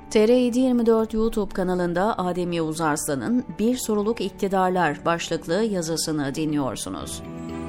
TR724 YouTube kanalında Adem Yavuz Arslan'ın Bir Soruluk İktidarlar başlıklı yazısını dinliyorsunuz.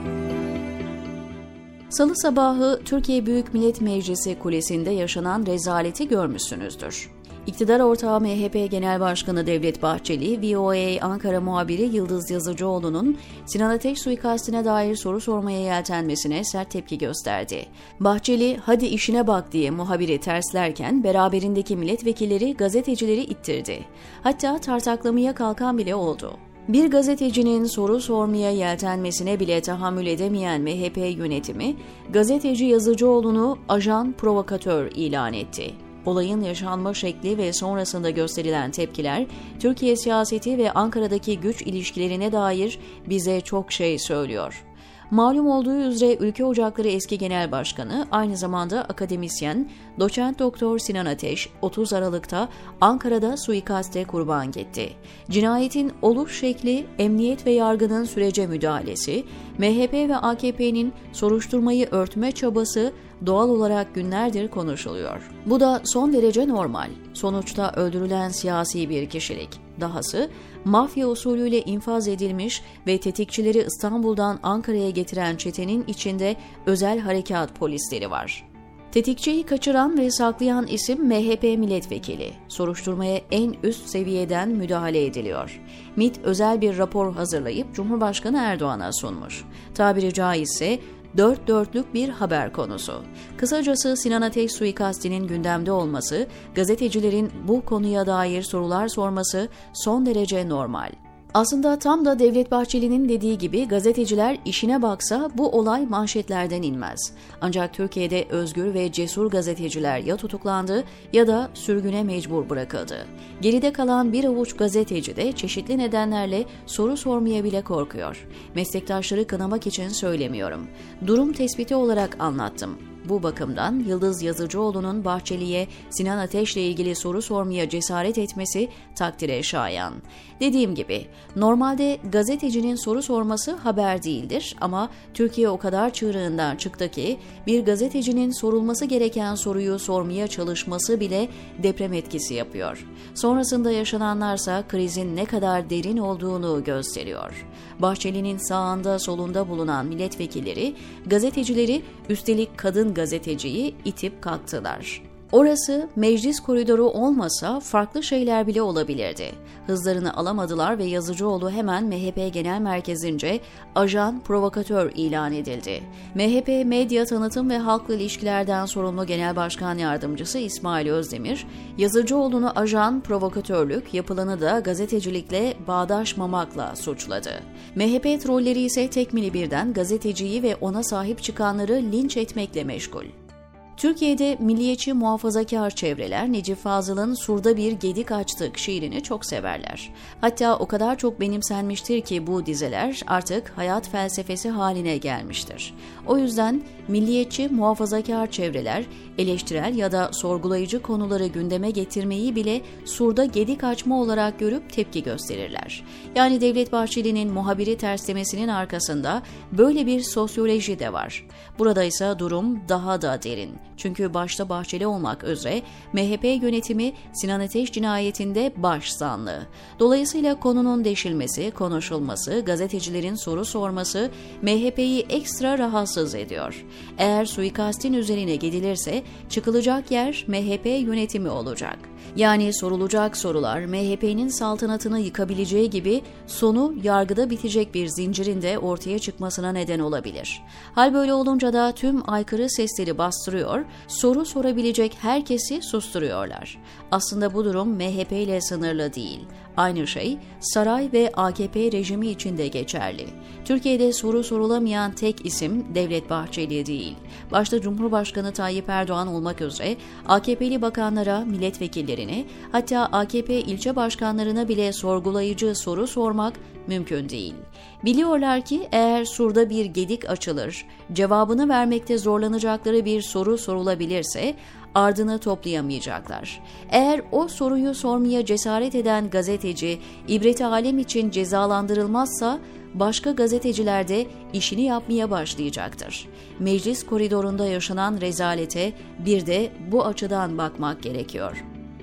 Salı sabahı Türkiye Büyük Millet Meclisi kulesinde yaşanan rezaleti görmüşsünüzdür. İktidar ortağı MHP Genel Başkanı Devlet Bahçeli, VOA Ankara muhabiri Yıldız Yazıcıoğlu'nun Sinan Ateş suikastine dair soru sormaya yeltenmesine sert tepki gösterdi. Bahçeli, "Hadi işine bak" diye muhabiri terslerken beraberindeki milletvekilleri gazetecileri ittirdi. Hatta tartaklamaya kalkan bile oldu. Bir gazetecinin soru sormaya yeltenmesine bile tahammül edemeyen MHP yönetimi, gazeteci Yazıcıoğlu'nu ajan provokatör ilan etti. Olayın yaşanma şekli ve sonrasında gösterilen tepkiler, Türkiye siyaseti ve Ankara'daki güç ilişkilerine dair bize çok şey söylüyor. Malum olduğu üzere Ülke Ocakları eski Genel Başkanı, aynı zamanda akademisyen, doçent doktor Sinan Ateş, 30 Aralık'ta Ankara'da suikaste kurban gitti. Cinayetin oluş şekli, emniyet ve yargının sürece müdahalesi, MHP ve AKP'nin soruşturmayı örtme çabası doğal olarak günlerdir konuşuluyor. Bu da son derece normal. Sonuçta öldürülen siyasi bir kişilik. Dahası mafya usulüyle infaz edilmiş ve tetikçileri İstanbul'dan Ankara'ya getiren çetenin içinde özel harekat polisleri var. Tetikçiyi kaçıran ve saklayan isim MHP milletvekili. Soruşturmaya en üst seviyeden müdahale ediliyor. MİT özel bir rapor hazırlayıp Cumhurbaşkanı Erdoğan'a sunmuş. Tabiri caizse dört dörtlük bir haber konusu. Kısacası Sinan Ateş suikastinin gündemde olması, gazetecilerin bu konuya dair sorular sorması son derece normal. Aslında tam da Devlet Bahçeli'nin dediği gibi gazeteciler işine baksa bu olay manşetlerden inmez. Ancak Türkiye'de özgür ve cesur gazeteciler ya tutuklandı ya da sürgüne mecbur bırakıldı. Geride kalan bir avuç gazeteci de çeşitli nedenlerle soru sormaya bile korkuyor. Meslektaşları kınamak için söylemiyorum. Durum tespiti olarak anlattım. Bu bakımdan Yıldız Yazıcıoğlu'nun Bahçeli'ye Sinan Ateş'le ilgili soru sormaya cesaret etmesi takdire şayan. Dediğim gibi, normalde gazetecinin soru sorması haber değildir ama Türkiye o kadar çığırından çıktı ki bir gazetecinin sorulması gereken soruyu sormaya çalışması bile deprem etkisi yapıyor. Sonrasında yaşananlarsa krizin ne kadar derin olduğunu gösteriyor. Bahçeli'nin sağında solunda bulunan milletvekilleri gazetecileri, üstelik kadın gazeteciyi itip kalktılar. Orası meclis koridoru olmasa farklı şeyler bile olabilirdi. Hızlarını alamadılar ve Yazıcıoğlu hemen MHP Genel Merkezi'nce ajan provokatör ilan edildi. MHP Medya Tanıtım ve Halkla İlişkilerden sorumlu Genel Başkan Yardımcısı İsmail Özdemir, Yazıcıoğlu'nu ajan provokatörlük, yapılanı da gazetecilikle bağdaşmamakla suçladı. MHP trolleri ise tekmili birden gazeteciyi ve ona sahip çıkanları linç etmekle meşgul. Türkiye'de milliyetçi muhafazakar çevreler Necip Fazıl'ın "Surda bir gedik açtık" şiirini çok severler. Hatta o kadar çok benimsenmiştir ki bu dizeler artık hayat felsefesi haline gelmiştir. O yüzden milliyetçi muhafazakar çevreler eleştirel ya da sorgulayıcı konuları gündeme getirmeyi bile surda gedik açma olarak görüp tepki gösterirler. Yani Devlet Bahçeli'nin muhabiri terslemesinin arkasında böyle bir sosyoloji de var. Burada ise durum daha da derin. Çünkü başta Bahçeli olmak üzere MHP yönetimi Sinan Ateş cinayetinde baş zanlı. Dolayısıyla konunun deşilmesi, konuşulması, gazetecilerin soru sorması MHP'yi ekstra rahatsız ediyor. Eğer suikastin üzerine gidilirse çıkılacak yer MHP yönetimi olacak. Yani sorulacak sorular MHP'nin saltanatını yıkabileceği gibi sonu yargıda bitecek bir zincirin de ortaya çıkmasına neden olabilir. Hal böyle olunca da tüm aykırı sesleri bastırıyor, soru sorabilecek herkesi susturuyorlar. Aslında bu durum MHP ile sınırlı değil. Aynı şey saray ve AKP rejimi için de geçerli. Türkiye'de soru sorulamayan tek isim Devlet Bahçeli değil. Başta Cumhurbaşkanı Tayyip Erdoğan olmak üzere AKP'li bakanlara, milletvekillerine, hatta AKP ilçe başkanlarına bile sorgulayıcı soru sormak mümkün değil. Biliyorlar ki eğer surda bir gedik açılır, cevabını vermekte zorlanacakları bir soru sorulabilirse ardını toplayamayacaklar. Eğer o soruyu sormaya cesaret eden gazeteci ibreti alem için cezalandırılmazsa başka gazeteciler de işini yapmaya başlayacaktır. Meclis koridorunda yaşanan rezalete bir de bu açıdan bakmak gerekiyor.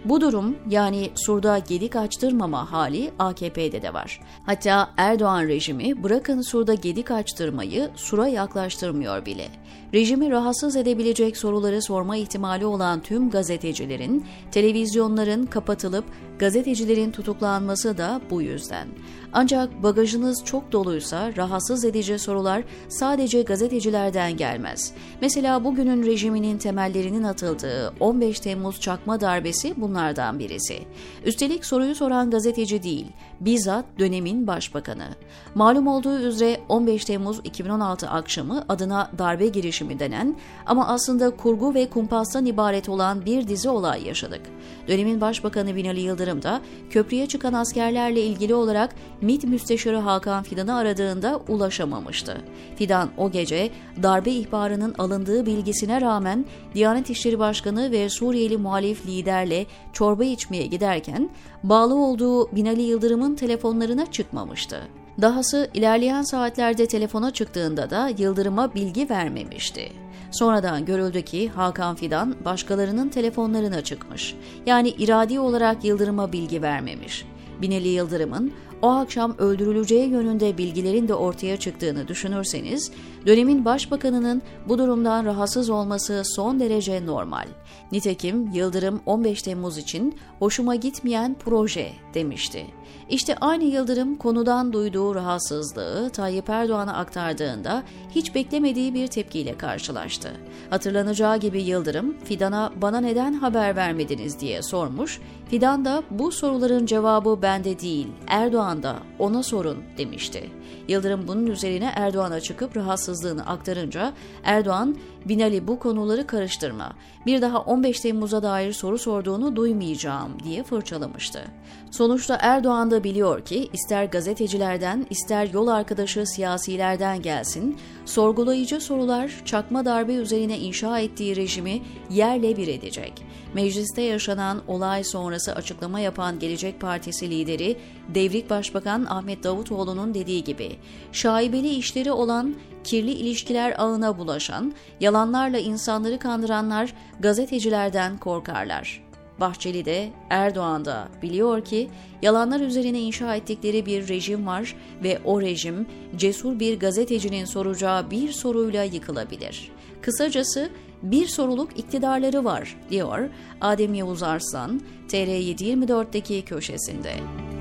Bu durum, yani surda gedik açtırmama hali AKP'de de var. Hatta Erdoğan rejimi bırakın surda gedik açtırmayı, sura yaklaştırmıyor bile. Rejimi rahatsız edebilecek soruları sorma ihtimali olan tüm gazetecilerin, televizyonların kapatılıp gazetecilerin tutuklanması da bu yüzden. Ancak bagajınız çok doluysa rahatsız edici sorular sadece gazetecilerden gelmez. Mesela bugünün rejiminin temellerinin atıldığı 15 Temmuz çakma darbesi bunlardan birisi. Üstelik soruyu soran gazeteci değil, bizzat dönemin başbakanı. Malum olduğu üzere 15 Temmuz 2016 akşamı adına darbe girişimi denen ama aslında kurgu ve kumpastan ibaret olan bir dizi olay yaşadık. Dönemin başbakanı Binali Yıldırım da köprüye çıkan askerlerle ilgili olarak MİT Müsteşarı Hakan Fidan'ı aradığında ulaşamamıştı. Fidan o gece darbe ihbarının alındığı bilgisine rağmen Diyanet İşleri Başkanı ve Suriyeli muhalif liderle çorba içmeye giderken bağlı olduğu Binali Yıldırım'ın telefonlarına çıkmamıştı. Dahası ilerleyen saatlerde telefona çıktığında da Yıldırım'a bilgi vermemişti. Sonradan görüldü ki Hakan Fidan başkalarının telefonlarına çıkmış. Yani iradi olarak Yıldırım'a bilgi vermemiş. Binali Yıldırım'ın o akşam öldürüleceği yönünde bilgilerin de ortaya çıktığını düşünürseniz, dönemin başbakanının bu durumdan rahatsız olması son derece normal. Nitekim Yıldırım 15 Temmuz için hoşuma gitmeyen proje demişti. İşte aynı Yıldırım konudan duyduğu rahatsızlığı Tayyip Erdoğan'a aktardığında hiç beklemediği bir tepkiyle karşılaştı. Hatırlanacağı gibi Yıldırım, Fidan'a "Bana neden haber vermediniz?" diye sormuş. Fidan da "Bu soruların cevabı bende değil, Erdoğan'da, ona sorun" demişti. Yıldırım bunun üzerine Erdoğan'a çıkıp rahatsızlığını aktarınca Erdoğan, "Binali, bu konuları karıştırma. Bir daha 15 Temmuz'a dair soru sorduğunu duymayacağım" diye fırçalamıştı. Sonuçta Erdoğan da biliyor ki ister gazetecilerden ister yol arkadaşı siyasilerden gelsin, sorgulayıcı sorular çakma darbe üzerine inşa ettiği rejimi yerle bir edecek. Mecliste yaşanan olay sonrası açıklama yapan Gelecek Partisi lideri Devrik Başbakan Ahmet Davutoğlu'nun dediği gibi, şaibeli işleri olan, kirli ilişkiler ağına bulaşan, yalanlarla insanları kandıranlar gazetecilerden korkarlar. Bahçeli de Erdoğan da biliyor ki yalanlar üzerine inşa ettikleri bir rejim var ve o rejim cesur bir gazetecinin soracağı bir soruyla yıkılabilir. Kısacası bir soruluk iktidarları var, diyor Adem Yavuz Arslan, TR724'deki köşesinde.